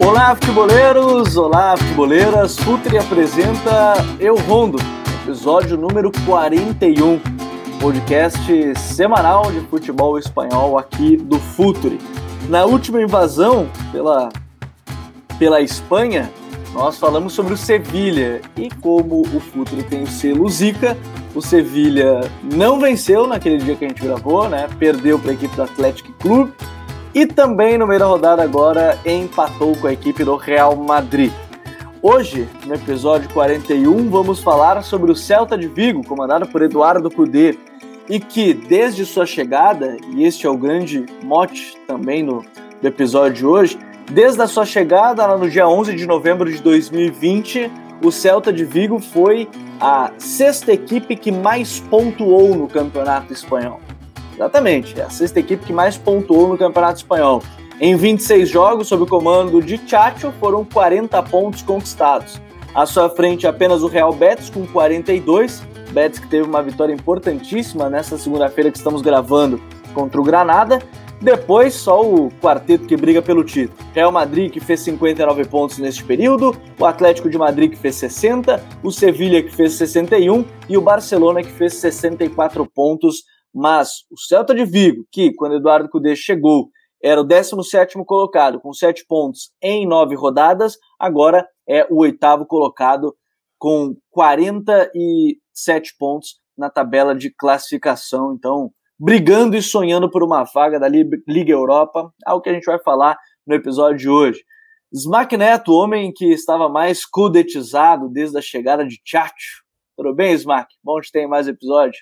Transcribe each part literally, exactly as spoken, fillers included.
Olá, futeboleiros! Olá, futeboleiras! Futre apresenta Eu Rondo, episódio número quarenta e um, podcast semanal de futebol espanhol aqui do Futre. Na última invasão pela, pela Espanha, nós falamos sobre o Sevilha e como o Futre tem o selo Zica, o Sevilha não venceu naquele dia que a gente gravou, né? Perdeu para a equipe do Athletic Club. E também no meio da rodada agora empatou com a equipe do Real Madrid. Hoje, no episódio quarenta e um, vamos falar sobre o Celta de Vigo, comandado por Eduardo Cudê, e que desde sua chegada, e este é o grande mote também no, do episódio de hoje, desde a sua chegada lá no dia onze de novembro de dois mil e vinte, o Celta de Vigo foi a sexta equipe que mais pontuou no campeonato espanhol. Exatamente, é a sexta equipe que mais pontuou no Campeonato Espanhol. Em vinte e seis jogos, sob o comando de Chacho, foram quarenta pontos conquistados. À sua frente, apenas o Real Betis, com quarenta e dois. Betis que teve uma vitória importantíssima nessa segunda-feira que estamos gravando contra o Granada. Depois, só o quarteto que briga pelo título. Real Madrid, que fez cinquenta e nove pontos neste período, o Atlético de Madrid, que fez sessenta, o Sevilha, que fez sessenta e um, e o Barcelona, que fez sessenta e quatro pontos. Mas o Celta de Vigo, que quando Eduardo Cudê chegou era o décimo sétimo colocado, com sete pontos em nove rodadas, agora é o oitavo colocado com quarenta e sete pontos na tabela de classificação. Então, brigando e sonhando por uma vaga da Liga Europa, algo que a gente vai falar no episódio de hoje. Smack Neto, o homem que estava mais cudetizado desde a chegada de Chacho. Tudo bem, Smack? Bom te ter em mais episódio.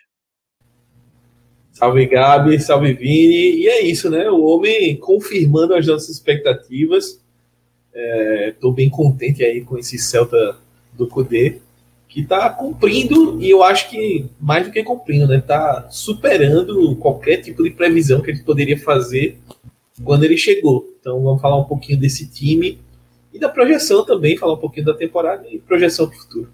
Salve, Gabi, salve, Vini. E é isso, né? O homem confirmando as nossas expectativas. Estou é, bem contente aí com esse Celta do Cudê, que está cumprindo, e eu acho que mais do que cumprindo, né? Está superando qualquer tipo de previsão que a gente poderia fazer quando ele chegou. Então vamos falar um pouquinho desse time e da projeção também, falar um pouquinho da temporada e projeção para o futuro.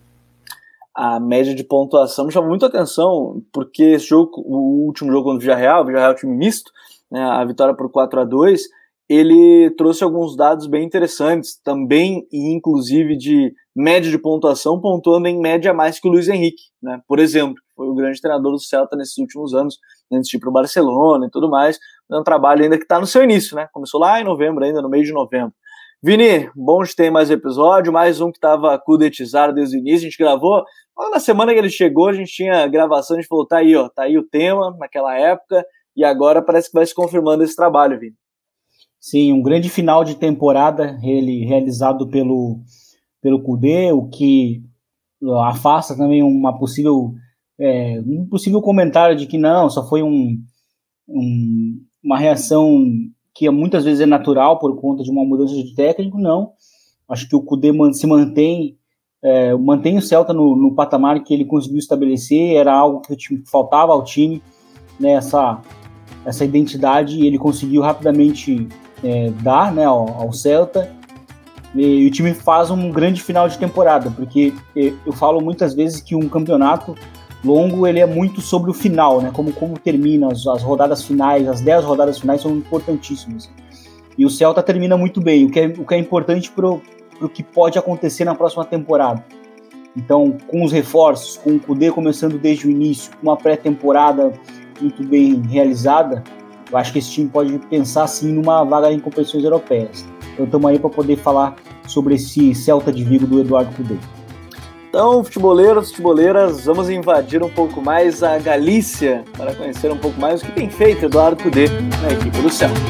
A média de pontuação me chamou muito a atenção, porque esse jogo, o último jogo contra o Villarreal, o Villarreal é um time misto, né, a vitória por quatro a dois, ele trouxe alguns dados bem interessantes, também e inclusive de média de pontuação, pontuando em média mais que o Luiz Henrique, né, por exemplo, que foi o grande treinador do Celta nesses últimos anos, antes de ir para o Barcelona e tudo mais. É um trabalho ainda que está no seu início, né, começou lá em novembro, ainda no mês de novembro. Vini, bom de ter mais episódio, mais um que estava cudetizado desde o início, a gente gravou, na semana que ele chegou a gente tinha gravação, a gente falou, tá aí, ó, tá aí o tema naquela época, e agora parece que vai se confirmando esse trabalho, Vini. Sim, um grande final de temporada ele, realizado pelo, pelo Cudê, o que afasta também uma possível, é, um possível comentário de que não, só foi um, um, uma reação que muitas vezes é natural por conta de uma mudança de técnico. Não. Acho que o Cudê se mantém, é, mantém o Celta no, no patamar que ele conseguiu estabelecer, era algo que, time, que faltava ao time, né, essa, essa identidade, e ele conseguiu rapidamente é, dar, né, ao, ao Celta, e, e o time faz um grande final de temporada, porque eu falo muitas vezes que um campeonato longo, ele é muito sobre o final, né? Como, como termina as, as rodadas finais, as dez rodadas finais são importantíssimas. E o Celta termina muito bem, o que é, o que é importante para o que pode acontecer na próxima temporada. Então, com os reforços, com o Cudê começando desde o início, com uma pré-temporada muito bem realizada, eu acho que esse time pode pensar sim numa vaga em competições europeias. Então, estamos aí para poder falar sobre esse Celta de Vigo do Eduardo Cudê. Então, futeboleiros, futeboleiras, vamos invadir um pouco mais a Galícia para conhecer um pouco mais o que tem feito Eduardo Cudê na equipe do Celta.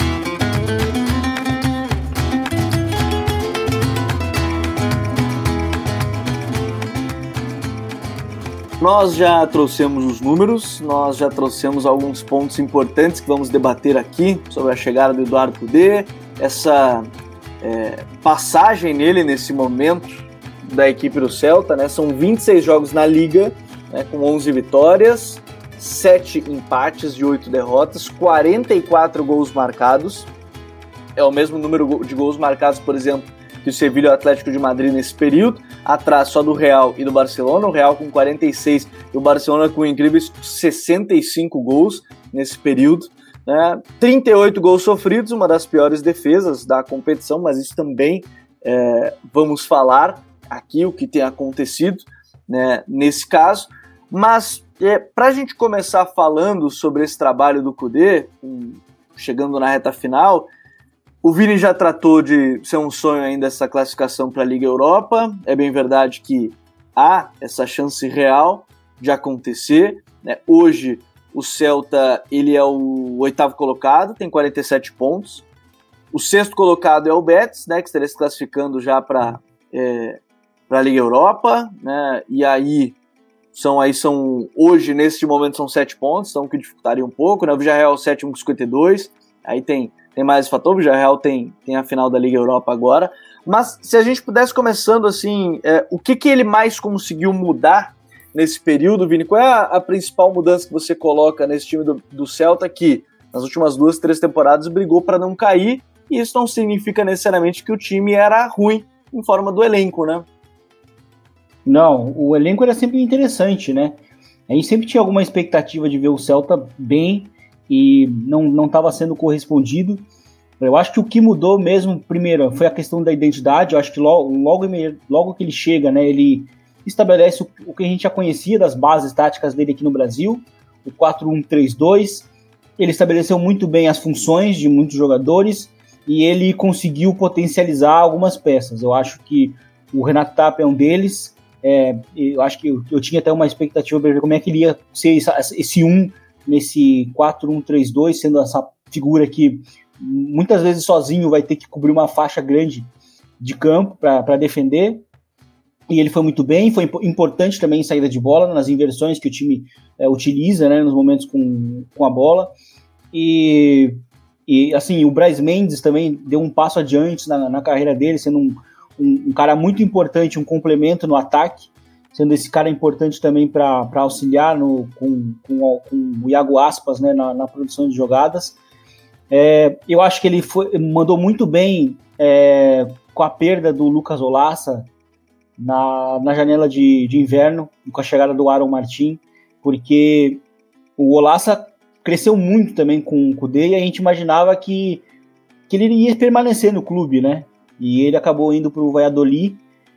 Nós já trouxemos os números, nós já trouxemos alguns pontos importantes que vamos debater aqui sobre a chegada do Eduardo Cudê, essa é, passagem nele nesse momento da equipe do Celta, né? São vinte e seis jogos na Liga, né, com onze vitórias, sete empates e oito derrotas, quarenta e quatro gols marcados. É o mesmo número de gols marcados, por exemplo, que o Sevilha e o Atlético de Madrid nesse período, atrás só do Real e do Barcelona, o Real com quarenta e seis e o Barcelona com incríveis sessenta e cinco gols nesse período. né? trinta e oito gols sofridos, uma das piores defesas da competição, mas isso também é, vamos falar aqui, o que tem acontecido, né, nesse caso. Mas é, para a gente começar falando sobre esse trabalho do Kudê, um, chegando na reta final, o Vini já tratou de ser um sonho ainda essa classificação para a Liga Europa. É bem verdade que há essa chance real de acontecer, né? Hoje o Celta ele é o oitavo colocado, tem quarenta e sete pontos. O sexto colocado é o Betis, né, que estaria se classificando já para é, a Liga Europa, né? E aí são, aí são hoje, neste momento, são sete pontos, então que dificultaria um pouco, né? O Villarreal é o sétimo com cinquenta e dois, aí tem, tem mais esse fator, o Villarreal tem, tem a final da Liga Europa agora. Mas se a gente pudesse começando assim, é, o que, que ele mais conseguiu mudar nesse período, Vini? Qual é a, a principal mudança que você coloca nesse time do, do Celta que nas últimas duas, três temporadas brigou para não cair, e isso não significa necessariamente que o time era ruim em forma do elenco, né? Não, o elenco era sempre interessante, né? A gente sempre tinha alguma expectativa de ver o Celta bem e não estava sendo correspondido. Eu acho que o que mudou mesmo, primeiro, foi a questão da identidade. Eu acho que logo, logo, logo que ele chega, né, ele estabelece o, o que a gente já conhecia das bases táticas dele aqui no Brasil, o quatro um três dois. Ele estabeleceu muito bem as funções de muitos jogadores e ele conseguiu potencializar algumas peças. Eu acho que o Renato Tapia é um deles. É, eu acho que eu, eu tinha até uma expectativa para ver como é que ele ia ser esse, esse um nesse quatro um três dois, sendo essa figura que muitas vezes sozinho vai ter que cobrir uma faixa grande de campo para defender. E ele foi muito bem, foi importante também em saída de bola, nas inversões que o time é, utiliza, né, nos momentos com, com a bola. E, e assim, o Brais Mendes também deu um passo adiante na, na carreira dele, sendo um Um, um cara muito importante, um complemento no ataque, sendo esse cara importante também para auxiliar no, com, com, com o Iago Aspas, né, na, na produção de jogadas. É, eu acho que ele foi, mandou muito bem é, com a perda do Lucas Olaça na, na janela de, de inverno, com a chegada do Aaron Martin, porque o Olaça cresceu muito também com o Kudê e a gente imaginava que, que ele ia permanecer no clube, né? E ele acabou indo para o Valladolid,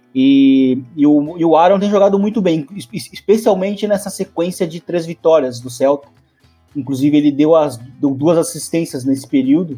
e, e, o, e o Aaron tem jogado muito bem, especialmente nessa sequência de três vitórias do Celta. Inclusive ele deu, as, deu duas assistências nesse período.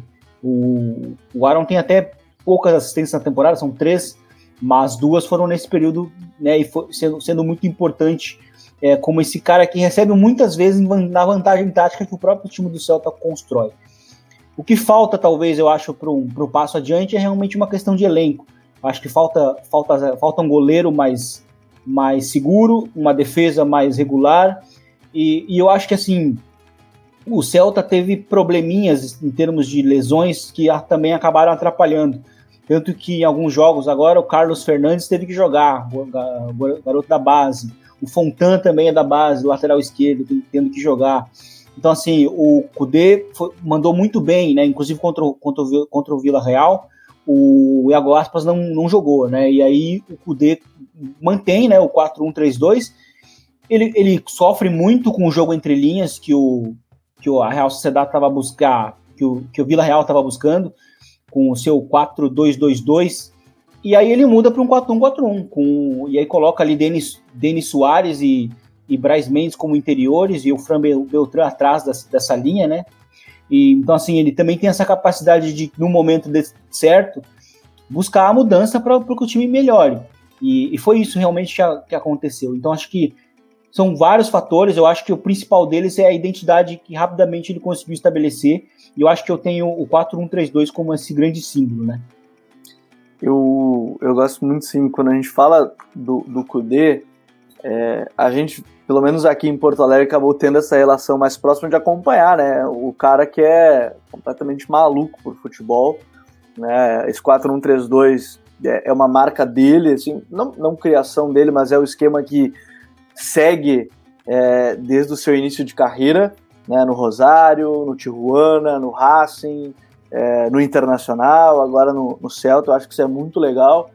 O, o Aaron tem até poucas assistências na temporada, são três, mas duas foram nesse período, né, e foi sendo, sendo muito importante, é, como esse cara que recebe muitas vezes na vantagem tática que o próprio time do Celta constrói. O que falta, talvez, eu acho, para o passo adiante é realmente uma questão de elenco. Acho que falta, falta, falta um goleiro mais, mais seguro, uma defesa mais regular, e, e eu acho que, assim, o Celta teve probleminhas em termos de lesões que também acabaram atrapalhando. Tanto que em alguns jogos agora o Carlos Fernandes teve que jogar, o garoto da base. O Fontan também é da base, lateral esquerdo, tendo que jogar. Então, assim, o Kudê foi, mandou muito bem, né? Inclusive contra o, contra o, contra o Villarreal, o Iago Aspas não, não jogou, né? E aí o Kudê mantém, né, o quatro um três dois. Ele, ele sofre muito com o jogo entre linhas que, o, que a Real Sociedade estava buscando, que o, que o Villarreal estava buscando, com o seu quatro dois dois dois. E aí ele muda para um quatro um quatro um. Com, e aí coloca ali Denis, Denis Soares e e Brais Mendes como interiores, e o Fran Beltrán atrás dessa, dessa linha, né? E, então, assim, ele também tem essa capacidade de, no momento de, certo, buscar a mudança para que o time melhore. E, e foi isso realmente que, a, que aconteceu. Então, acho que são vários fatores. Eu acho que o principal deles é a identidade que rapidamente ele conseguiu estabelecer. E eu acho que eu tenho o quatro um três dois como esse grande símbolo, né? Eu, eu gosto muito, sim, quando a gente fala do, do Kudê, é, a gente, pelo menos aqui em Porto Alegre, acabou tendo essa relação mais próxima de acompanhar, né? O cara que é completamente maluco por futebol, né? Esse quatro um três dois é, é uma marca dele, assim, não, não criação dele, mas é o esquema que segue é, desde o seu início de carreira, né? No Rosário, no Tijuana, no Racing, é, no Internacional, agora no, no Celta. Eu acho que isso é muito legal.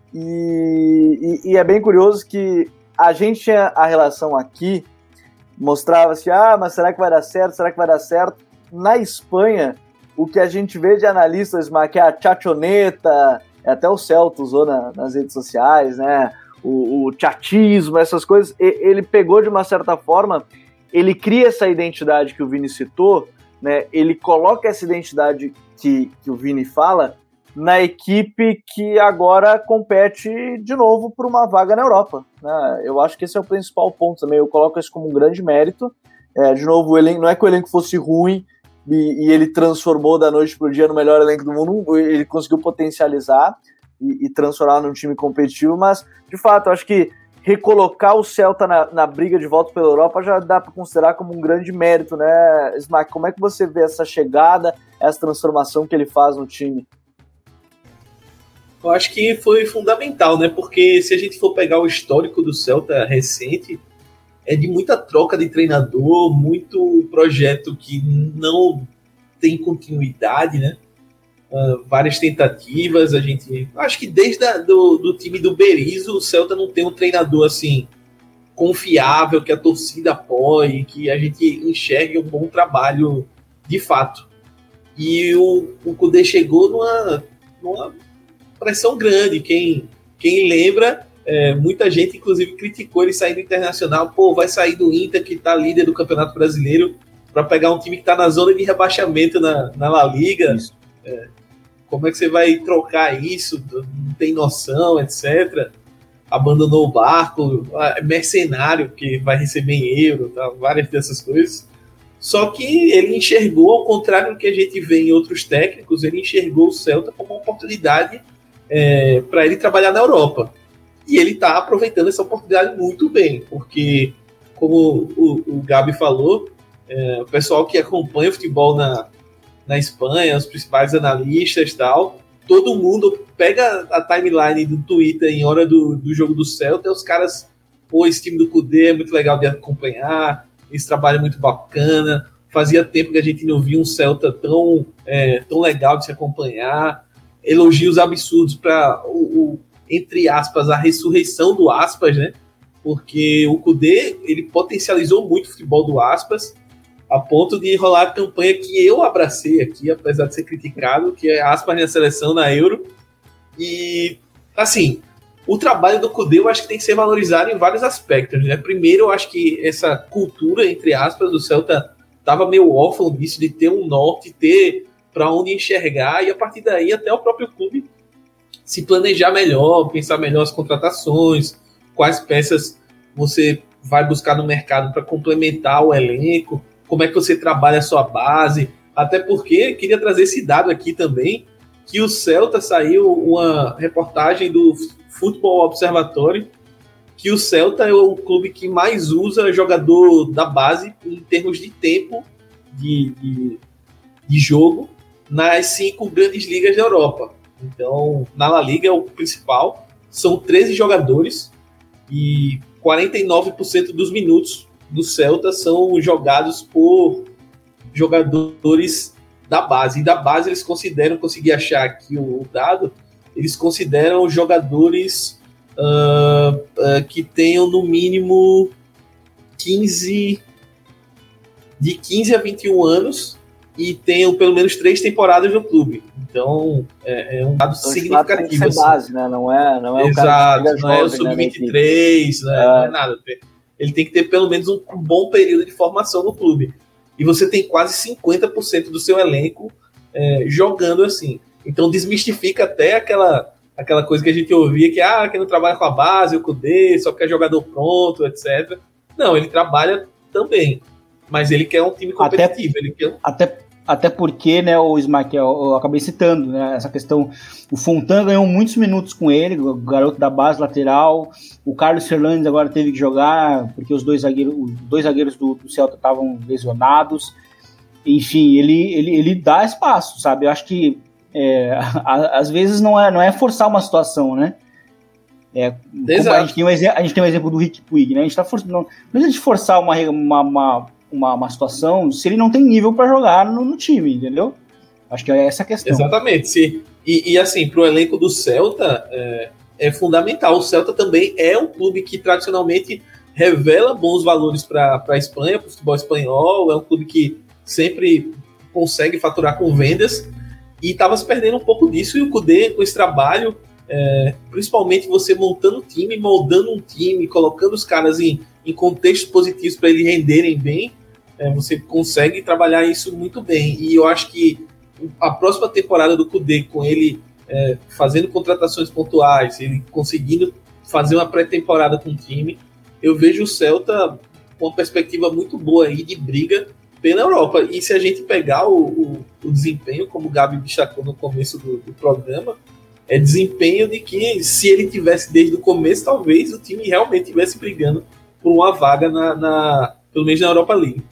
E, e, e é bem curioso que a gente tinha a relação aqui, mostrava-se, ah, mas será que vai dar certo, será que vai dar certo? na Espanha, o que a gente vê de analistas, que é a chachoneta, até o Celta usou na, nas redes sociais, né? O, o chatismo, essas coisas, ele pegou de uma certa forma, ele cria essa identidade que o Vini citou, né? Ele coloca essa identidade que, que o Vini fala na equipe que agora compete de novo por uma vaga na Europa, né? Eu acho que esse é o principal ponto também, eu coloco isso como um grande mérito. É, de novo, o elenco, não é que o elenco fosse ruim e, e ele transformou da noite pro dia no melhor elenco do mundo, ele conseguiu potencializar e, e transformar num time competitivo, mas de fato, eu acho que recolocar o Celta na, na briga de volta pela Europa já dá para considerar como um grande mérito, né, Smack? Como é que você vê essa chegada, essa transformação que ele faz no time? Eu acho que foi fundamental, né? Porque se a gente for pegar o histórico do Celta recente, é de muita troca de treinador, muito projeto que não tem continuidade, né? Uh, várias tentativas, a gente... Acho que desde a, do, do time do Berizzo, o Celta não tem um treinador assim confiável, que a torcida apoie, que a gente enxergue um bom trabalho de fato. E o, o Kudê chegou numa, numa pressão grande. Quem, quem lembra, é, muita gente inclusive criticou ele sair do Internacional. Pô, vai sair do Inter, que tá líder do Campeonato Brasileiro, para pegar um time que tá na zona de rebaixamento na, na La Liga. É, como é que você vai trocar isso? Não tem noção, etcétera. Abandonou o barco, mercenário que vai receber em euro, tá? Várias dessas coisas. Só que ele enxergou, ao contrário do que a gente vê em outros técnicos, ele enxergou o Celta como uma oportunidade é, para ele trabalhar na Europa. E ele está aproveitando essa oportunidade muito bem, porque, como o, o Gabi falou, é, o pessoal que acompanha o futebol na, na Espanha, os principais analistas e tal, todo mundo pega a timeline do Twitter em hora do, do jogo do Celta e os caras, pô, esse time do Kudê é muito legal de acompanhar, esse trabalho é muito bacana, fazia tempo que a gente não via um Celta tão, é, tão legal de se acompanhar, elogios absurdos para o, o, entre aspas, a ressurreição do Aspas, né? Porque o Kudê, ele potencializou muito o futebol do Aspas, a ponto de rolar a campanha que eu abracei aqui, apesar de ser criticado, que é Aspas na seleção, na Euro. E, assim, o trabalho do Kudê eu acho que tem que ser valorizado em vários aspectos, né? Primeiro, eu acho que essa cultura, entre aspas, do Celta estava meio órfão disso, de ter um norte, ter para onde enxergar, e a partir daí até o próprio clube se planejar melhor, pensar melhor as contratações, quais peças você vai buscar no mercado para complementar o elenco, como é que você trabalha a sua base, até porque, queria trazer esse dado aqui também, que o Celta saiu uma reportagem do Futebol Observatório, que o Celta é o clube que mais usa jogador da base em termos de tempo de, de, de jogo nas cinco grandes ligas da Europa. Então, na La Liga é o principal, são treze jogadores e quarenta e nove por cento dos minutos do Celta são jogados por jogadores da base. E da base eles consideram, consegui achar aqui o dado, eles consideram jogadores uh, uh, que tenham no mínimo quinze, de quinze a vinte e um anos e tenham pelo menos três temporadas no clube. Então, é, é um dado então, significativo. Tem que ser assim. Base, né? Não é, não é Exato, o cara que não é o sub vinte e três, né? Não é nada. Ele tem que ter pelo menos um bom período de formação no clube. E você tem quase cinquenta por cento do seu elenco é, jogando assim. Então desmistifica até aquela, aquela coisa que a gente ouvia, que ah, quem não trabalha com a base, o Kudê, só porque é jogador pronto, etcétera. Não, ele trabalha também. Mas ele quer um time competitivo. Até, ele quer... até, até porque, né, o Smack, eu, eu acabei citando, né, essa questão, o Fontan ganhou muitos minutos com ele, o garoto da base lateral, o Carlos Fernandes agora teve que jogar, porque os dois zagueiros, os dois zagueiros do, do Celta estavam lesionados, enfim, ele, ele, ele dá espaço, sabe, eu acho que é, a, às vezes não é, não é forçar uma situação, né, é, a, gente tem um exemplo, a gente tem um exemplo do Rick Puig, né, a gente tá forçando, não, não é a gente forçar uma, uma, uma Uma, uma situação se ele não tem nível para jogar no, no time, entendeu? Acho que é essa a questão. Exatamente, sim. E, e assim, para o elenco do Celta é, é fundamental. O Celta também é um clube que tradicionalmente revela bons valores para a Espanha, para o futebol espanhol. É um clube que sempre consegue faturar com vendas, e estava se perdendo um pouco disso, e o Kudê, com esse trabalho, é, principalmente você montando o time, moldando um time, colocando os caras em, em contextos positivos para eles renderem bem, é, você consegue trabalhar isso muito bem. E eu acho que a próxima temporada do Kudê, com ele é, fazendo contratações pontuais, ele conseguindo fazer uma pré-temporada com o time, eu vejo o Celta com uma perspectiva muito boa aí de briga pela Europa. E se a gente pegar o, o, o desempenho, como o Gabi destacou no começo do, do programa, é desempenho de que, se ele tivesse desde o começo, talvez o time realmente estivesse brigando por uma vaga, na, na, pelo menos na Europa League.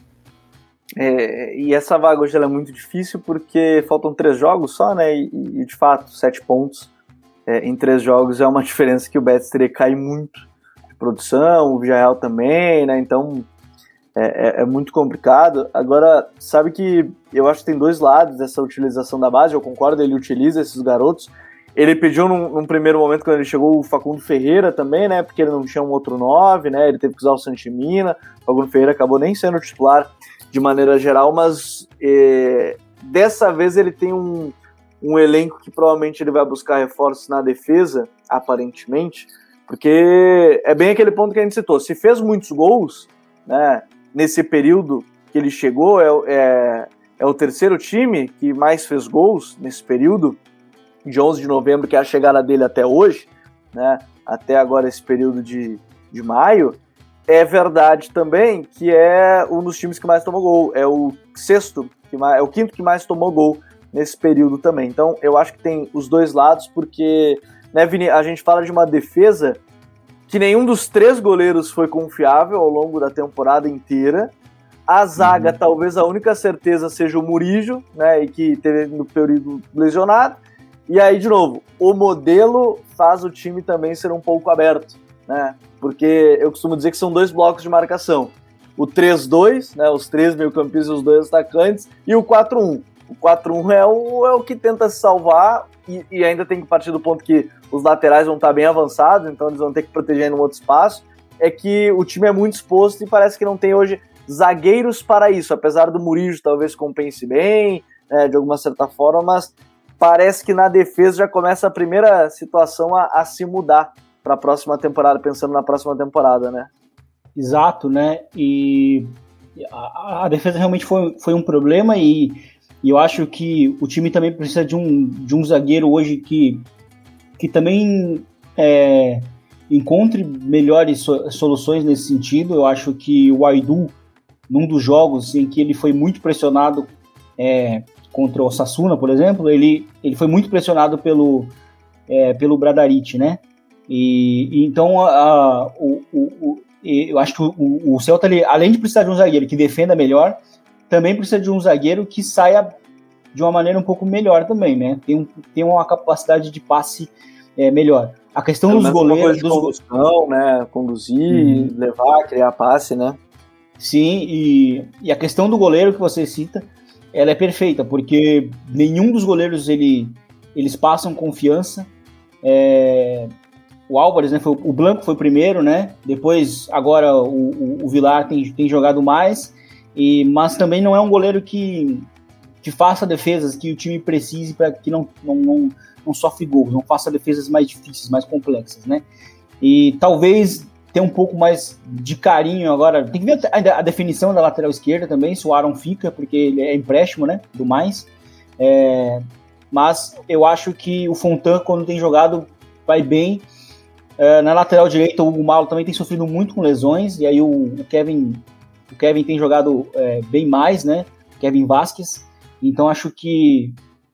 É, e essa vaga hoje ela é muito difícil porque faltam três jogos só, né? E, e de fato, sete pontos é, em três jogos é uma diferença que o Betis teria que cair muito de produção, o Villarreal também, né? Então é, é, é muito complicado. Agora, sabe que eu acho que tem dois lados dessa utilização da base, eu concordo, ele utiliza esses garotos. Ele pediu num, num primeiro momento, quando ele chegou, o Facundo Ferreira também, né? Porque ele não tinha um outro nove, né? Ele teve que usar o Santimina. O Facundo Ferreira acabou nem sendo titular de maneira geral, mas é, dessa vez ele tem um, um elenco que provavelmente ele vai buscar reforços na defesa, aparentemente, porque é bem aquele ponto que a gente citou. Se fez muitos gols, né? Nesse período que ele chegou, é, é, é o terceiro time que mais fez gols nesse período, de onze de novembro, que é a chegada dele até hoje, né, até agora esse período de, de maio. É verdade também que é um dos times que mais tomou gol, é o sexto, que mais, é o quinto que mais tomou gol nesse período também. Então eu acho que tem os dois lados, porque, né, Vini, a gente fala de uma defesa que nenhum dos três goleiros foi confiável ao longo da temporada inteira. A zaga, uhum. talvez a única certeza seja o Murillo, né, e que teve no período lesionado. E aí, de novo, o modelo faz o time também ser um pouco aberto, né? Porque eu costumo dizer que são dois blocos de marcação. O três dois, né? Os três meio-campistas e os dois atacantes, e o quatro um. O quatro um é o, é o que tenta se salvar, e, e ainda tem que partir do ponto que os laterais vão estar bem avançados, então eles vão ter que proteger em um outro espaço. É que o time é muito exposto e parece que não tem hoje zagueiros para isso, apesar do Murillo talvez compense bem, né, de alguma certa forma, mas parece que na defesa já começa a primeira situação a, a se mudar para a próxima temporada, pensando na próxima temporada, né? Exato, né? E a, a defesa realmente foi, foi um problema e, e eu acho que o time também precisa de um, de um zagueiro hoje que, que também é, encontre melhores so, soluções nesse sentido. Eu acho que o Aidu, num dos jogos em que ele foi muito pressionado, é, contra o Osasuna, por exemplo, ele, ele foi muito pressionado pelo, é, pelo Bradaric, né? E, e então a, a, o, o, o, eu acho que o, o Celta, ele, além de precisar de um zagueiro que defenda melhor, também precisa de um zagueiro que saia de uma maneira um pouco melhor também, né? Tem, um, tem uma capacidade de passe é, melhor. A questão dos goleiros... De condução, né? Conduzir, uhum. levar, criar passe, né? Sim, e, e a questão do goleiro que você cita, ela é perfeita, porque nenhum dos goleiros ele, eles passam confiança. É, o Álvares, né, foi, o Blanco foi o primeiro, né? Depois, agora o, o, o Vilar tem, tem jogado mais, e, mas também não é um goleiro que, que faça defesas que o time precise para que não, não, não, não sofre gols, não faça defesas mais difíceis, mais complexas, né? E talvez ter um pouco mais de carinho agora. Tem que ver a, a definição da lateral esquerda também, se o Aaron fica, porque ele é empréstimo, né? Do mais. É, mas eu acho que o Fontan, quando tem jogado, vai bem. É, na lateral direita, o Hugo Malo também tem sofrido muito com lesões, e aí o, o Kevin o Kevin tem jogado é, bem mais, né? Kevin Vasquez. Então acho que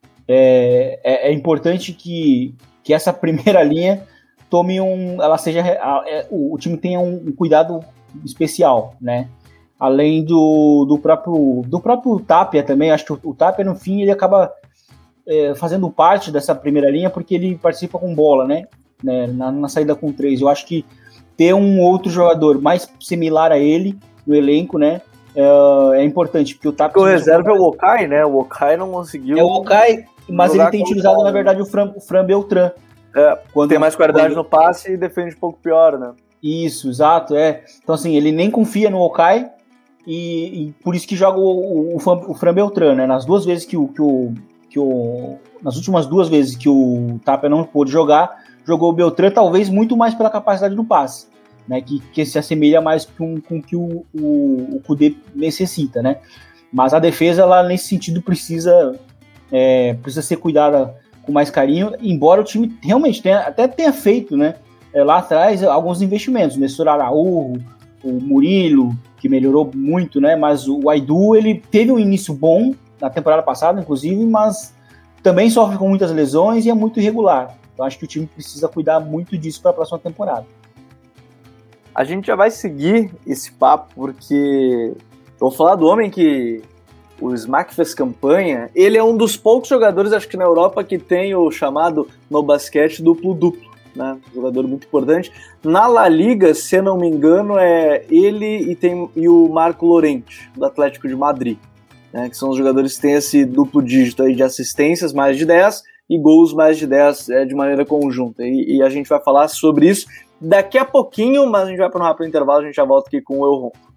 é, é, é importante que, que essa primeira linha tome um, ela seja, o, o time tenha um, um cuidado especial, né? Além do, do próprio do próprio Tapia também. Acho que o, o Tapia, no fim, ele acaba é, fazendo parte dessa primeira linha porque ele participa com bola, né? né? Na, na saída com três. Eu acho que ter um outro jogador mais similar a ele no elenco, né? É, é importante, porque o Tapia... O reserva é o Okai, né? O Okai não conseguiu... É o Okai, mas ele tem utilizado, na verdade, o Fran, o Fran Beltran. É, quando tem mais qualidade quando... no passe e defende um pouco pior, né? Isso, exato, é. Então, assim, ele nem confia no Okai, e, e por isso que joga o, o, o Fran Beltrán, né? Nas duas vezes que o, que o, que o nas últimas duas vezes que o Tapia não pôde jogar, jogou o Beltrán, talvez muito mais pela capacidade do passe, né? Que, que se assemelha mais com, com o que o, o, o Kudê necessita, né? Mas a defesa, ela nesse sentido precisa é, precisa ser cuidada com mais carinho, embora o time realmente tenha, até tenha feito, né? É, lá atrás alguns investimentos, Nestor Araújo, o Murilo, que melhorou muito, né? Mas o Aidu, ele teve um início bom na temporada passada, inclusive, mas também sofre com muitas lesões e é muito irregular. Então acho que o time precisa cuidar muito disso para a próxima temporada. A gente já vai seguir esse papo, porque eu vou falar do homem que o Smack fez campanha. Ele é um dos poucos jogadores, acho que na Europa, que tem o chamado no basquete duplo-duplo, né? Um jogador muito importante. Na La Liga, se eu não me engano, é ele e, tem, e o Marco Llorente, do Atlético de Madrid, né? Que são os jogadores que têm esse duplo dígito aí de assistências, mais de dez, e gols mais de dez é, de maneira conjunta. E, e a gente vai falar sobre isso daqui a pouquinho, mas a gente vai para um rápido intervalo, a gente já volta aqui com o Eu Rondo.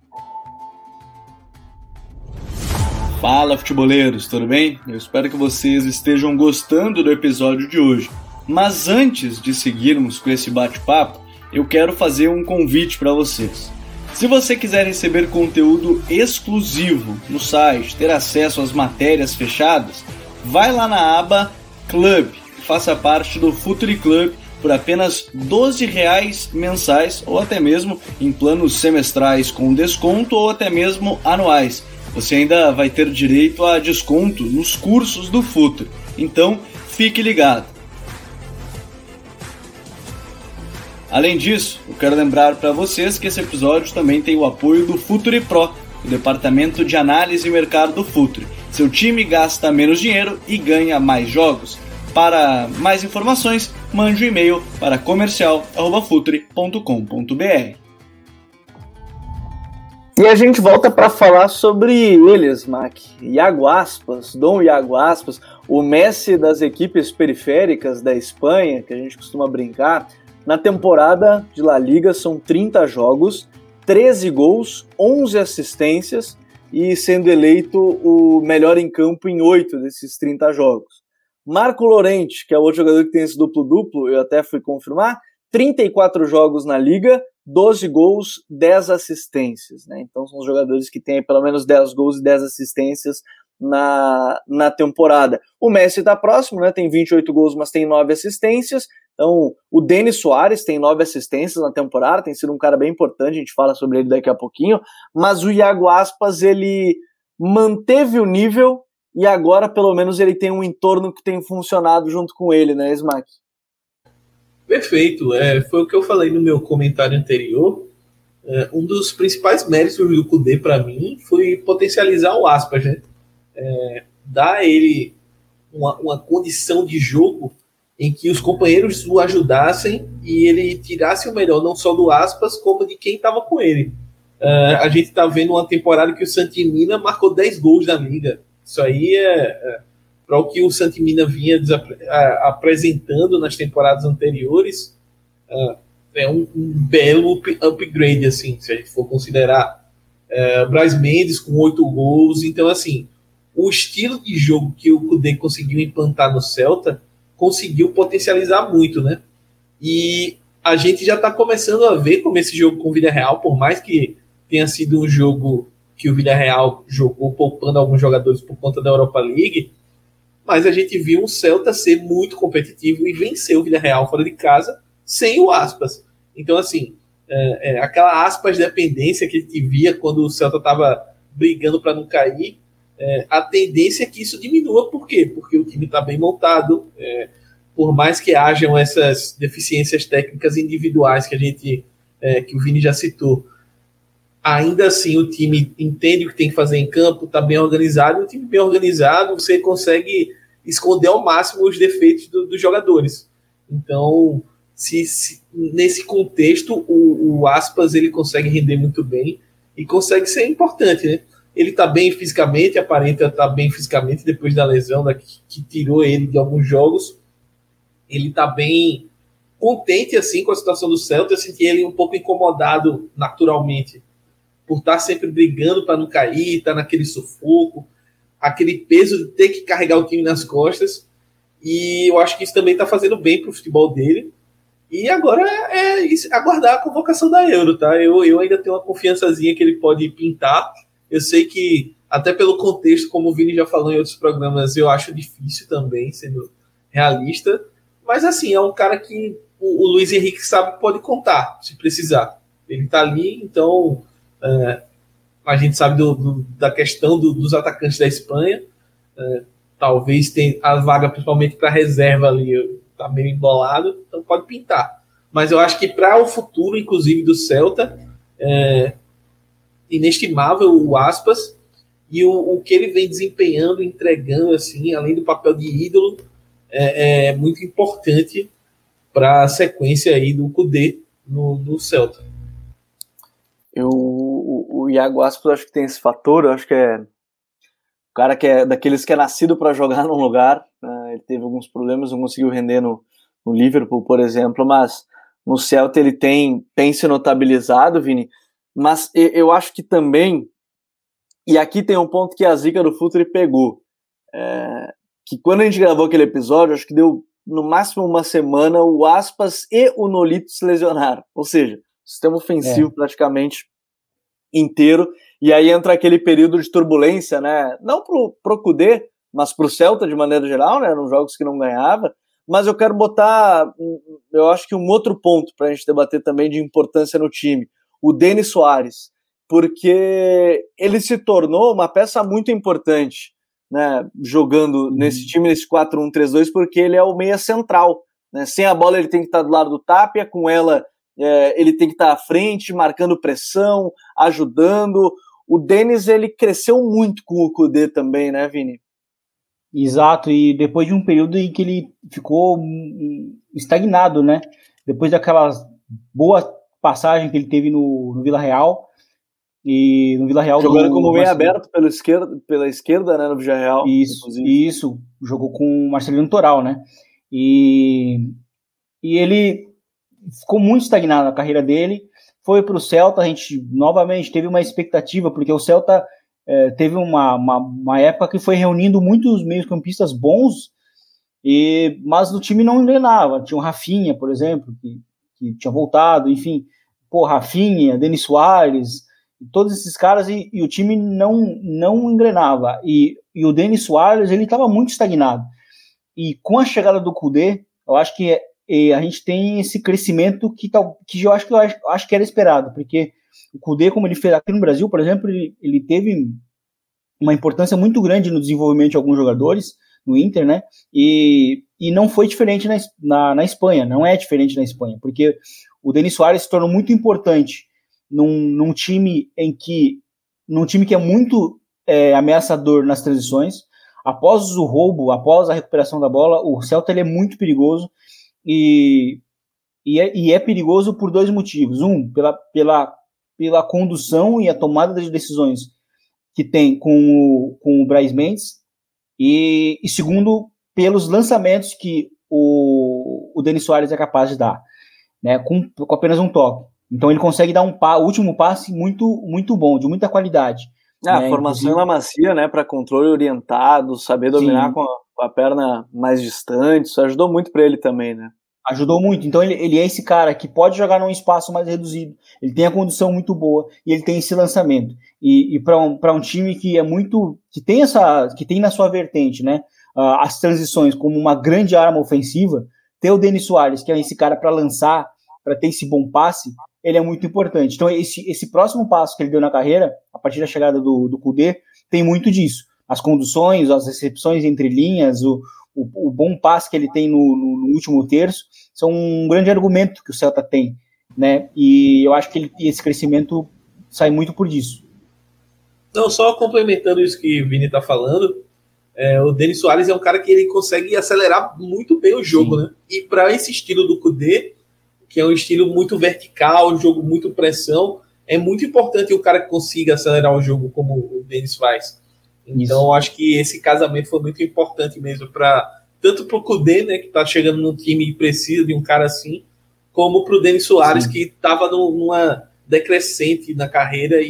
Fala, futeboleiros, tudo bem? Eu espero que vocês estejam gostando do episódio de hoje. Mas antes de seguirmos com esse bate-papo, eu quero fazer um convite para vocês. Se você quiser receber conteúdo exclusivo no site, ter acesso às matérias fechadas, vai lá na aba Club, faça parte do Futuri Club por apenas doze reais mensais, ou até mesmo em planos semestrais com desconto, ou até mesmo anuais. Você ainda vai ter direito a desconto nos cursos do Futuri. Então, fique ligado. Além disso, eu quero lembrar para vocês que esse episódio também tem o apoio do Futuri Pro, o departamento de análise e mercado do Futuri. Seu time gasta menos dinheiro e ganha mais jogos. Para mais informações, mande um e-mail para comercial arroba futuri ponto com ponto b r. E a gente volta para falar sobre eles, Mac. Iago Aspas, Dom Iago Aspas, o Messi das equipes periféricas da Espanha, que a gente costuma brincar. Na temporada de La Liga são trinta jogos, treze gols, onze assistências e sendo eleito o melhor em campo em oito desses trinta jogos. Marco Llorente, que é o outro jogador que tem esse duplo-duplo, eu até fui confirmar, trinta e quatro jogos na Liga, doze gols, dez assistências, né? Então são os jogadores que têm pelo menos dez gols e dez assistências na, na temporada. O Messi está próximo, né? Tem vinte e oito gols, mas tem nove assistências. Então o Denis Suárez tem nove assistências na temporada, tem sido um cara bem importante, a gente fala sobre ele daqui a pouquinho, mas o Iago Aspas, ele manteve o nível e agora pelo menos ele tem um entorno que tem funcionado junto com ele, né, Smack? Perfeito, é, foi o que eu falei no meu comentário anterior. É, um dos principais méritos do Kudê para mim foi potencializar o Aspas, né? É, dar a ele uma, uma condição de jogo em que os companheiros o ajudassem e ele tirasse o melhor não só do Aspas, como de quem estava com ele. É, a gente está vendo uma temporada que o Santi Mina marcou dez gols na Liga. Isso aí é... é para o que o Santi Mina vinha apresentando nas temporadas anteriores, uh, é um, um belo up, upgrade, assim, se a gente for considerar. Uh, Braz Mendes com oito gols. Então, assim, o estilo de jogo que o Kudê conseguiu implantar no Celta conseguiu potencializar muito, né? E a gente já está começando a ver como esse jogo com o Villarreal, por mais que tenha sido um jogo que o Villarreal jogou poupando alguns jogadores por conta da Europa League, mas a gente viu o Celta ser muito competitivo e vencer o Villarreal fora de casa sem o Aspas. Então, assim, é, é, aquela Aspas dependência que a gente via quando o Celta estava brigando para não cair, é, a tendência é que isso diminua. Por quê? Porque o time está bem montado, é, por mais que hajam essas deficiências técnicas individuais que a gente, é, que o Vini já citou, ainda assim o time entende o que tem que fazer em campo, está bem organizado, e o time bem organizado você consegue esconder ao máximo os defeitos do, dos jogadores. Então, se, se, nesse contexto, o, o Aspas ele consegue render muito bem e consegue ser importante, né? Ele está bem fisicamente, aparenta estar bem fisicamente depois da lesão da, que, que tirou ele de alguns jogos. Ele está bem contente assim com a situação do Celta. Eu senti ele um pouco incomodado naturalmente por estar sempre brigando para não cair, estar naquele sufoco, aquele peso de ter que carregar o time nas costas. E eu acho que isso também está fazendo bem para o futebol dele. E agora é isso, aguardar a convocação da Euro, tá? Eu, eu ainda tenho uma confiançazinha que ele pode pintar. Eu sei que, até pelo contexto, como o Vini já falou em outros programas, eu acho difícil também, sendo realista. Mas, assim, é um cara que o, o Luiz Henrique sabe que pode contar, se precisar. Ele tá ali, então é, a gente sabe do, do, da questão do, dos atacantes da Espanha. É, talvez tenha a vaga, principalmente para reserva ali, tá meio embolado, então pode pintar. Mas eu acho que para o futuro, inclusive, do Celta, é inestimável o Aspas, e o, o que ele vem desempenhando, entregando, assim, além do papel de ídolo, é, é muito importante para a sequência aí do Kudê no, no Celta. Eu, o, o Iago Aspas, acho que tem esse fator, eu acho que é o cara que é daqueles que é nascido para jogar num lugar, né? Ele teve alguns problemas, não conseguiu render no, no Liverpool, por exemplo, mas no Celta ele tem, tem se notabilizado, Vini, mas eu, eu acho que também, e aqui tem um ponto que a zica do Futre pegou, é, que quando a gente gravou aquele episódio, acho que deu no máximo uma semana, o Aspas e o Nolito se lesionaram, ou seja, sistema ofensivo é. praticamente inteiro, e aí entra aquele período de turbulência, né, não pro, pro Kudê, mas pro Celta de maneira geral, né, nos jogos que não ganhava, mas eu quero botar, eu acho que um outro ponto pra gente debater também de importância no time, o Denis Soares, porque ele se tornou uma peça muito importante, né, jogando uhum. nesse time, nesse quatro um três dois, porque ele é o meia central, né, sem a bola ele tem que estar do lado do Tapia, com ela É, ele tem que estar à frente, marcando pressão, ajudando. O Denis, ele cresceu muito com o Kudê também, né, Vini? Exato, e depois de um período em que ele ficou estagnado, né? Depois daquela boa passagem que ele teve no, no Vila Real, e no Vila Real... Jogando do, como meio aberto pela esquerda, pela esquerda, né, no Vila Real. Isso, isso, jogou com o Marcelino Toral, né? E, e ele... ficou muito estagnado na carreira dele, foi para o Celta, a gente novamente teve uma expectativa, porque o Celta é, teve uma, uma, uma época que foi reunindo muitos meio-campistas bons, e, mas o time não engrenava. Tinha o Rafinha, por exemplo, que, que tinha voltado, enfim, pô, Rafinha, Denis Soares, todos esses caras, e, e o time não, não engrenava, e, e o Denis Soares, ele estava muito estagnado, e com a chegada do Kudê, eu acho que é E a gente tem esse crescimento que, tal, que eu, acho que eu acho, acho que era esperado, porque o Kudê, como ele fez aqui no Brasil, por exemplo, ele, ele teve uma importância muito grande no desenvolvimento de alguns jogadores, no Inter, né? E, e não foi diferente na, na, na Espanha, não é diferente na Espanha, porque o Denis Soares se tornou muito importante num, num time em que, num time que é muito é, ameaçador nas transições. Após o roubo, após a recuperação da bola, o Celta ele é muito perigoso. E, e, é, e é perigoso por dois motivos. Um, pela, pela, pela condução e a tomada de decisões que tem com o, com o Brais Mendes. E, e segundo, pelos lançamentos que o, o Denis Soares é capaz de dar, né, com, com apenas um toque. Então ele consegue dar um pa, o último passe muito, muito bom, de muita qualidade. Ah, né? A formação na macia, né, para controle orientado, saber dominar com a, com a perna mais distante, isso ajudou muito para ele também, né? Ajudou muito. Então ele, ele é esse cara que pode jogar num espaço mais reduzido, ele tem a condução muito boa e ele tem esse lançamento. E, e para um, para um time que é muito, que tem essa, que tem na sua vertente, né, uh, as transições como uma grande arma ofensiva, ter o Denis Soares, que é esse cara para lançar, para ter esse bom passe, ele é muito importante. Então esse, esse próximo passo que ele deu na carreira, a partir da chegada do, do Kudê, tem muito disso. As conduções, as recepções entre linhas, o, o, o bom passe que ele tem no, no, no último terço, são um grande argumento que o Celta tem, né? E eu acho que ele, esse crescimento sai muito por disso. Não, só complementando isso que o Vini está falando, é, o Denis Soares é um cara que ele consegue acelerar muito bem o jogo, Sim. né? E para esse estilo do Kudê, que é um estilo muito vertical, um jogo muito pressão, é muito importante o cara que consiga acelerar o jogo como o Denis faz. Então, Isso. acho que esse casamento foi muito importante mesmo, para tanto para o Kudê, né, que está chegando num time e precisa de um cara assim, como para o Denis Soares, Sim. que estava numa decrescente na carreira e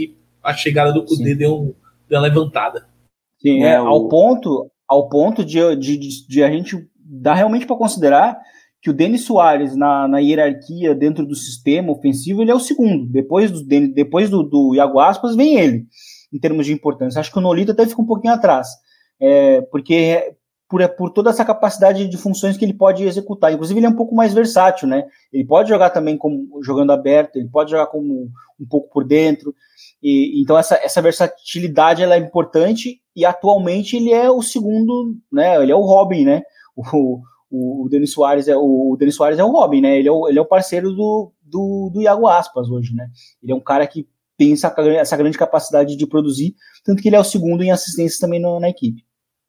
a chegada do Kudê deu, um, deu uma levantada. Sim, é, ao ponto, ao ponto de, de, de a gente dar realmente para considerar que o Denis Suárez, na, na hierarquia dentro do sistema ofensivo, ele é o segundo. Depois do, depois do, do Iago Aspas, vem ele, em termos de importância. Acho que o Nolito até fica um pouquinho atrás, é, porque por, por toda essa capacidade de funções que ele pode executar. Inclusive, ele é um pouco mais versátil, né? Ele pode jogar também como, jogando aberto, ele pode jogar como um pouco por dentro. E, então, essa, essa versatilidade ela é importante, e atualmente ele é o segundo, né? Ele é o Robin, né? O, o, o Denis Suárez é o, o Denis Suárez é o Robin, né? Ele é o, ele é o parceiro do, do, do Iago Aspas hoje, né? Ele é um cara que tem essa, essa grande capacidade de produzir, tanto que ele é o segundo em assistências também no, na equipe.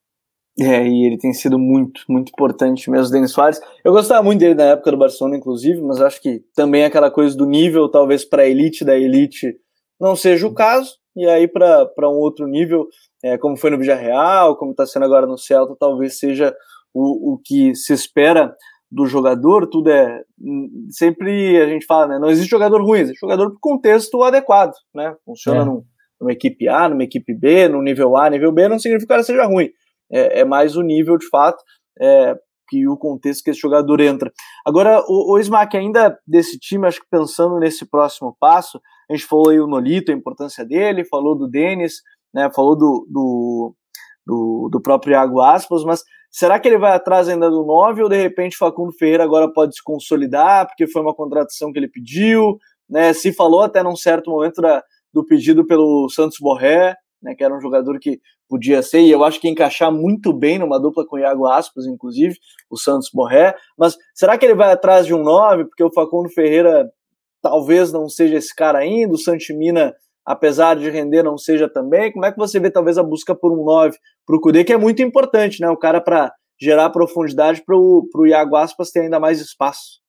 É, e ele tem sido muito, muito importante mesmo, o Denis Suárez. Eu gostava muito dele na época do Barcelona, inclusive, mas acho que também aquela coisa do nível, talvez para a elite da elite, não seja o caso, e aí para um outro nível, é, como foi no Villarreal, como está sendo agora no Celta, talvez seja o, o que se espera do jogador. Tudo é, sempre a gente fala, né, não existe jogador ruim, existe jogador por contexto adequado, né, funciona é. num, numa equipe A, numa equipe B, no nível A, nível B, não significa que o cara seja ruim. É, é mais o nível, de fato, é, que o contexto que esse jogador entra. Agora, o, o Smack, ainda desse time, acho que pensando nesse próximo passo, a gente falou aí o Nolito, a importância dele, falou do Denis, né, falou do, do, do, do próprio Iago Aspas, mas será que ele vai atrás ainda do nove, ou de repente o Facundo Ferreira agora pode se consolidar, porque foi uma contratação que ele pediu, né, se falou até num certo momento da, do pedido pelo Santos Borré, né, que era um jogador que podia ser, e eu acho que ia encaixar muito bem numa dupla com o Iago Aspas, inclusive, o Santos Borré, mas será que ele vai atrás de um nove, porque o Facundo Ferreira talvez não seja esse cara ainda, o Santi Mina, apesar de render, não seja também? Como é que você vê talvez a busca por um nove para o Kudê, que é muito importante, né, o cara para gerar profundidade para o Iago Aspas ter ainda mais espaço?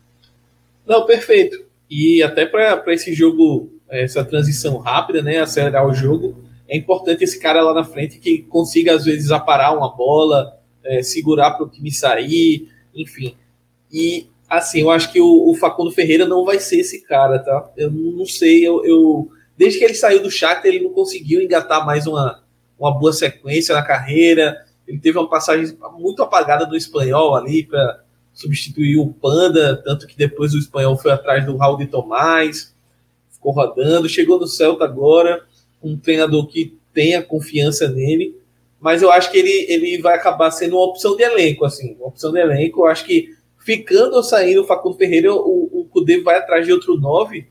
Não, perfeito, e até para esse jogo, essa transição rápida, né, acelerar o jogo, é importante esse cara lá na frente que consiga, às vezes, aparar uma bola, é, segurar para o time sair, enfim. E, assim, eu acho que o, o Facundo Ferreira não vai ser esse cara, tá? Eu não sei, eu, eu desde que ele saiu do Shakhtar, ele não conseguiu engatar mais uma, uma boa sequência na carreira. Ele teve uma passagem muito apagada do Espanhol ali para substituir o Panda, tanto que depois o Espanhol foi atrás do Raul de Tomás, ficou rodando, chegou no Celta agora, um treinador que tenha confiança nele, mas eu acho que ele, ele vai acabar sendo uma opção de elenco, assim, uma opção de elenco. Eu acho que ficando ou saindo o Facundo Ferreira, o, o Kudê vai atrás de outro nove,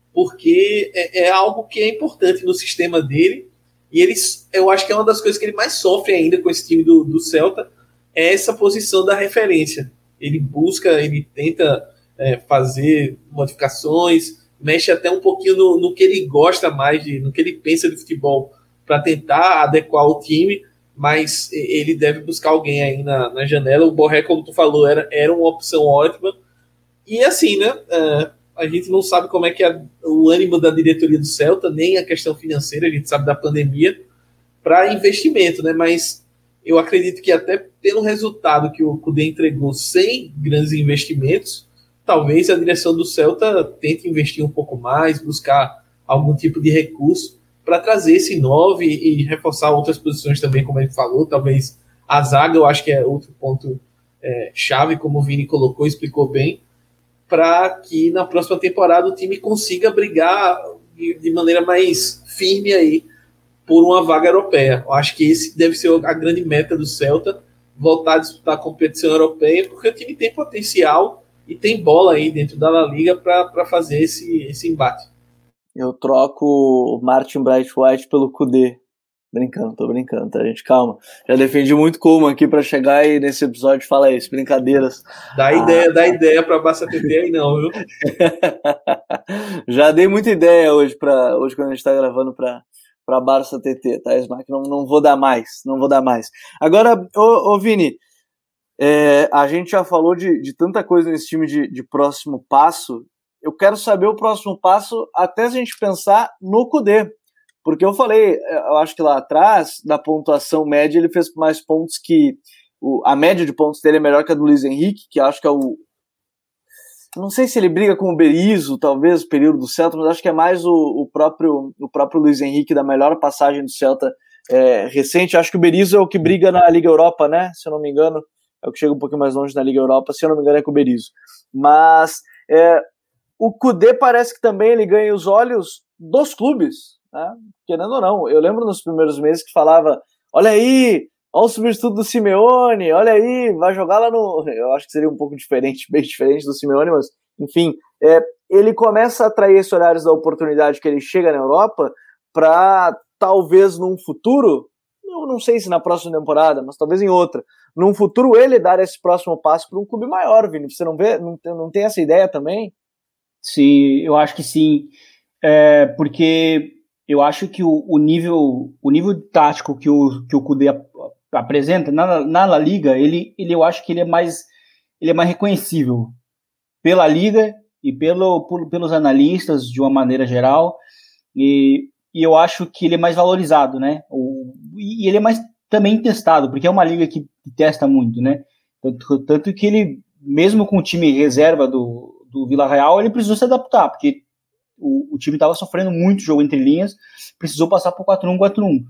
porque é, é algo que é importante no sistema dele, e ele, eu acho que é uma das coisas que ele mais sofre ainda com esse time do, do Celta, é essa posição da referência. Ele busca, ele tenta é, fazer modificações, mexe até um pouquinho no, no que ele gosta mais, de, no que ele pensa de futebol, para tentar adequar o time, mas ele deve buscar alguém aí na, na janela. O Borré, como tu falou, era, era uma opção ótima. E assim, né, uh, a gente não sabe como é que é o ânimo da diretoria do Celta, nem a questão financeira, a gente sabe da pandemia, para investimento, né, mas eu acredito que até pelo resultado que o Kudê entregou sem grandes investimentos, talvez a direção do Celta tente investir um pouco mais, buscar algum tipo de recurso para trazer esse nove e reforçar outras posições também, como ele falou. Talvez a zaga, eu acho que é outro ponto é, chave, como o Vini colocou, explicou bem, para que na próxima temporada o time consiga brigar de, de maneira mais firme aí por uma vaga europeia. Eu acho que esse deve ser a grande meta do Celta, voltar a disputar a competição europeia, porque o time tem potencial e tem bola aí dentro da La Liga para fazer esse, esse embate. Eu troco o Martin Braithwaite pelo Kudê. Brincando, tô brincando, tá, gente? Calma. Já defendi muito Koeman aqui para chegar e nesse episódio fala isso, brincadeiras. Dá ah, ideia, dá ideia pra Barça T T aí não, viu? Já dei muita ideia hoje, pra, hoje quando a gente tá gravando pra, pra Barça T T, tá, Smack? Não, não vou dar mais, não vou dar mais. Agora, ô, ô Vini, É, a gente já falou de, de tanta coisa nesse time de, de próximo passo. Eu quero saber o próximo passo até se a gente pensar no Kudê, porque eu falei, eu acho que lá atrás, da pontuação média, ele fez mais pontos que o, a média de pontos dele é melhor que a do Luiz Henrique, que acho que é o não sei se ele briga com o Berizzo, talvez, o período do Celta, mas acho que é mais o, o, próprio, o próprio Luiz Henrique, da melhor passagem do Celta é, recente. Acho que o Berizzo é o que briga na Liga Europa, né? Se eu não me engano, é o que chega um pouquinho mais longe na Liga Europa, se eu não me engano é com o Berizzo. Mas é, o Kudê parece que também ele ganha os olhos dos clubes, né? Querendo ou não. Eu lembro nos primeiros meses que falava, olha aí, olha o substituto do Simeone, olha aí, vai jogar lá no... Eu acho que seria um pouco diferente, bem diferente do Simeone, mas, enfim, é, ele começa a atrair esses olhares da oportunidade que ele chega na Europa para, talvez, num futuro, eu não sei se na próxima temporada, mas talvez em outra, num futuro ele dar esse próximo passo para um clube maior, Vini. Você não vê, não, não tem essa ideia também? Sim, eu acho que sim, é, porque eu acho que o, o, nível, o nível tático que o, que o Kudê apresenta na, na La Liga, ele, ele, eu acho que ele é mais, ele é mais reconhecível pela Liga e pelo, por, pelos analistas de uma maneira geral, e, e eu acho que ele é mais valorizado, né? O, e ele é mais também testado, porque é uma liga que testa muito, né? Tanto, tanto que ele, mesmo com o time reserva do, do Villarreal, ele precisou se adaptar, porque o, o time estava sofrendo muito jogo entre linhas, precisou passar por quatro um quatro um.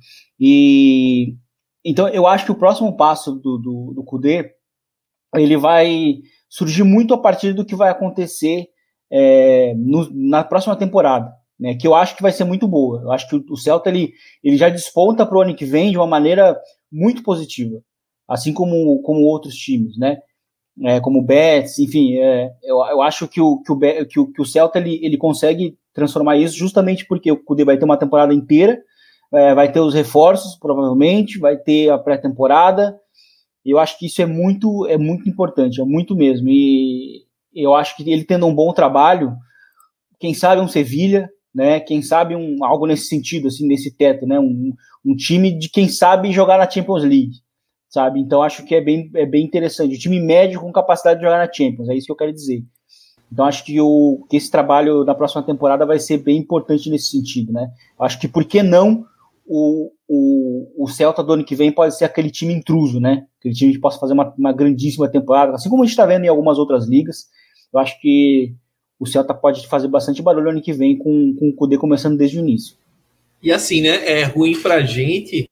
E então eu acho que o próximo passo do, do, do Kudê, ele vai surgir muito a partir do que vai acontecer é, no, na próxima temporada, né, que eu acho que vai ser muito boa. Eu acho que o, o Celta ele, ele já desponta para o ano que vem de uma maneira muito positiva, assim como, como outros times, né, é, como o Betis, enfim, é, eu, eu acho que o, que o, que o, que o Celta ele, ele consegue transformar isso justamente porque o Kudê vai ter uma temporada inteira, é, vai ter os reforços, provavelmente, vai ter a pré-temporada, e eu acho que isso é muito, é muito importante, é muito mesmo, e eu acho que ele tendo um bom trabalho, quem sabe um Sevilha, né, quem sabe um, algo nesse sentido, assim, nesse teto, né, um, um time de quem sabe jogar na Champions League, sabe, então acho que é bem, é bem interessante, um time médio com capacidade de jogar na Champions, é isso que eu quero dizer. Então acho que, o, que esse trabalho na próxima temporada vai ser bem importante nesse sentido, né, acho que por que não O, o, o Celta do ano que vem pode ser aquele time intruso, né? Aquele time que possa fazer uma, uma grandíssima temporada, assim como a gente está vendo em algumas outras ligas. Eu acho que o Celta pode fazer bastante barulho ano que vem com, com o Kudê começando desde o início. E assim, né? É ruim pra gente,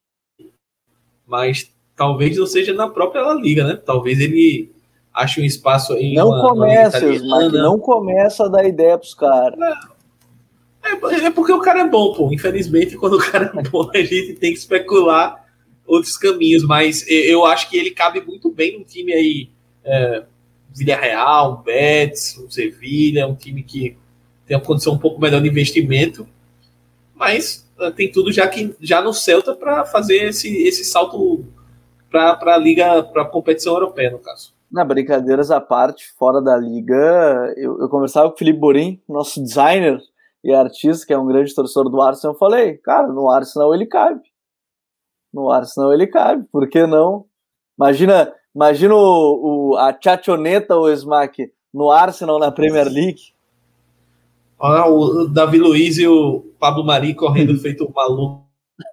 mas talvez não seja na própria La Liga, né? Talvez ele ache um espaço aí. Não uma, começa, uma Smack, não começa a dar ideia pros caras. É, é porque o cara é bom, pô. Infelizmente, quando o cara é bom, a gente tem que especular outros caminhos. Mas eu acho que ele cabe muito bem num time aí, é, Villarreal, um Betis, um Sevilha, um time que tem uma condição um pouco melhor de investimento. Mas tem tudo já, que, já no Celta para fazer esse, esse salto para a liga, para a competição europeia, no caso. Na brincadeiras à parte, fora da liga, eu, eu conversava com o Felipe Borim, nosso designer e artista, que é um grande torcedor do Arsenal, eu falei, cara, no Arsenal ele cabe. No Arsenal ele cabe, por que não? Imagina, imagina o, o, a Chachoneta ou o Smack no Arsenal na Premier League. Olha o Davi Luiz e o Pablo Mari correndo feito um maluco.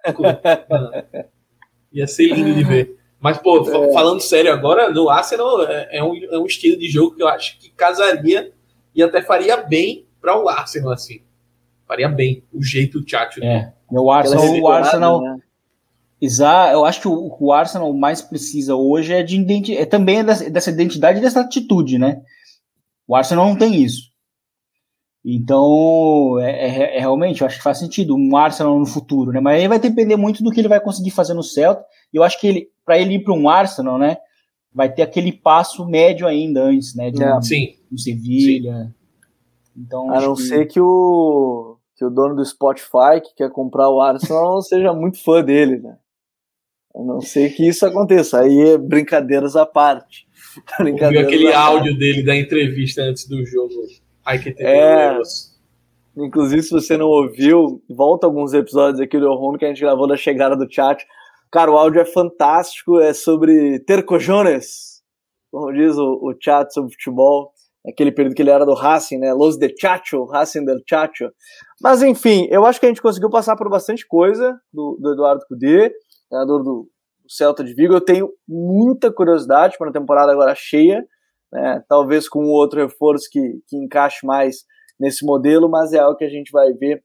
Ia ser lindo de ver. Mas, pô, é. falando sério agora, no Arsenal é, é, um, é um estilo de jogo que eu acho que casaria e até faria bem para o Arsenal, assim. Faria bem o jeito Chacho. É, o Arsenal, o Arsenal né? Exato, eu acho que o, o Arsenal mais precisa hoje é de identi- é também dessa, dessa identidade e dessa atitude, né? O Arsenal não tem isso. Então, é, é, é realmente, eu acho que faz sentido um Arsenal no futuro, né? Mas aí vai depender muito do que ele vai conseguir fazer no Celta. E eu acho que ele, para ele ir para um Arsenal, né, vai ter aquele passo médio ainda antes, né? De é, um, sim. um Sevilha. Então, a não que... ser que o, que o dono do Spotify, que quer comprar o Arsenal, seja muito fã dele, né? A não ser que isso aconteça. Aí é brincadeiras à parte. Brincadeiras aquele áudio parte. dele da entrevista antes do jogo. Ai, que é, inclusive, se você não ouviu, volta alguns episódios aqui do El Rondo que a gente gravou da chegada do chat. Cara, o áudio é fantástico, é sobre ter cojones, como diz o, o chat sobre futebol, aquele período que ele era do Racing, né? Los de Chacho, Racing del Chacho. Mas enfim, eu acho que a gente conseguiu passar por bastante coisa do, do Eduardo Kudê, treinador do, do Celta de Vigo. Eu tenho muita curiosidade para uma temporada agora cheia né? Talvez com um outro reforço que, que encaixe mais nesse modelo, mas é algo que a gente vai ver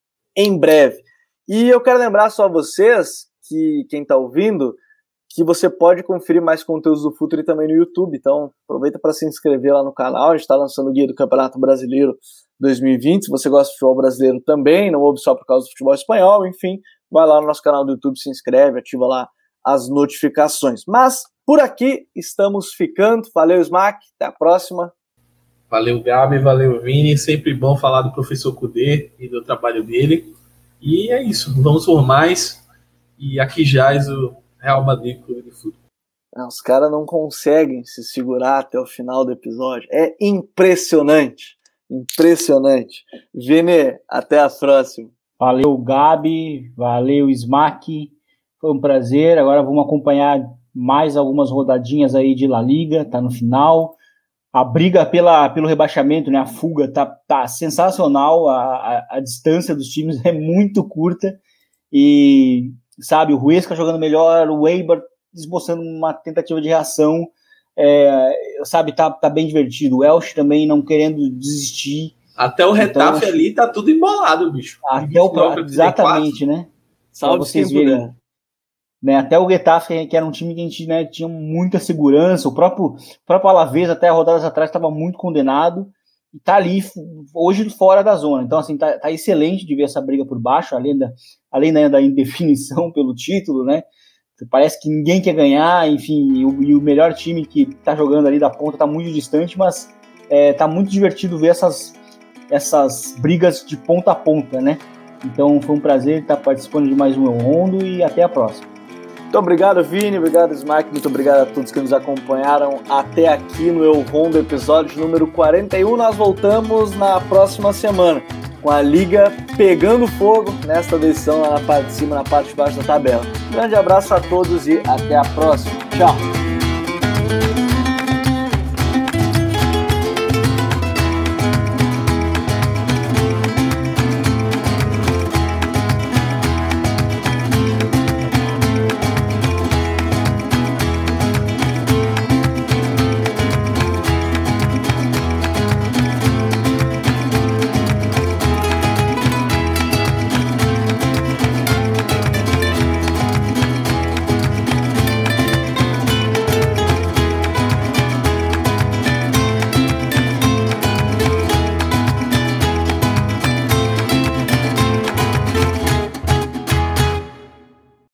em breve. E eu quero lembrar só a vocês, que quem está ouvindo, que você pode conferir mais conteúdos do Futuri também no YouTube, então aproveita para se inscrever lá no canal, a gente está lançando o guia do Campeonato Brasileiro dois mil e vinte, se você gosta de futebol brasileiro também, não ouve só por causa do futebol espanhol, enfim, vai lá no nosso canal do YouTube, se inscreve, ativa lá as notificações. Mas, por aqui, estamos ficando, valeu Smack, até a próxima. Valeu Gabi, valeu Vini, sempre bom falar do professor Kudê e do trabalho dele, e é isso, vamos por mais, e aqui jaz o Real Madrid Clube de Futebol. Os caras não conseguem se segurar até o final do episódio. É impressionante. Impressionante. Vini, até a próxima. Valeu, Gabi. Valeu, Smack. Foi um prazer. Agora vamos acompanhar mais algumas rodadinhas aí de La Liga. Tá no final. A briga pela, pelo rebaixamento, né? A fuga tá, tá sensacional. A, a, a distância dos times é muito curta. E... sabe, o Huesca jogando melhor, o Eibar esboçando uma tentativa de reação, é, sabe, tá, tá bem divertido. O Elche também não querendo desistir. Até o Retafe então, ali tá tudo embolado, bicho. Até o, exatamente, né? Salve vocês verem. Né, até o Getafe, que era um time que a gente, né, tinha muita segurança, o próprio, o próprio Alavés até rodadas atrás estava muito condenado, e tá ali hoje fora da zona. Então, assim, tá, tá excelente de ver essa briga por baixo, além da, além da, da indefinição pelo título, né? Parece que ninguém quer ganhar, enfim, e o, e o melhor time que tá jogando ali da ponta tá muito distante, mas é, tá muito divertido ver essas, essas brigas de ponta a ponta, né? Então foi um prazer estar participando de mais um Eu Rondo e até a próxima. Muito obrigado, Vini, obrigado, Smack, muito obrigado a todos que nos acompanharam até aqui no Eu Rondo, episódio número quarenta e um. Nós voltamos na próxima semana com a Liga pegando fogo nesta decisão lá na parte de cima, na parte de baixo da tabela. Um grande abraço a todos e até a próxima. Tchau!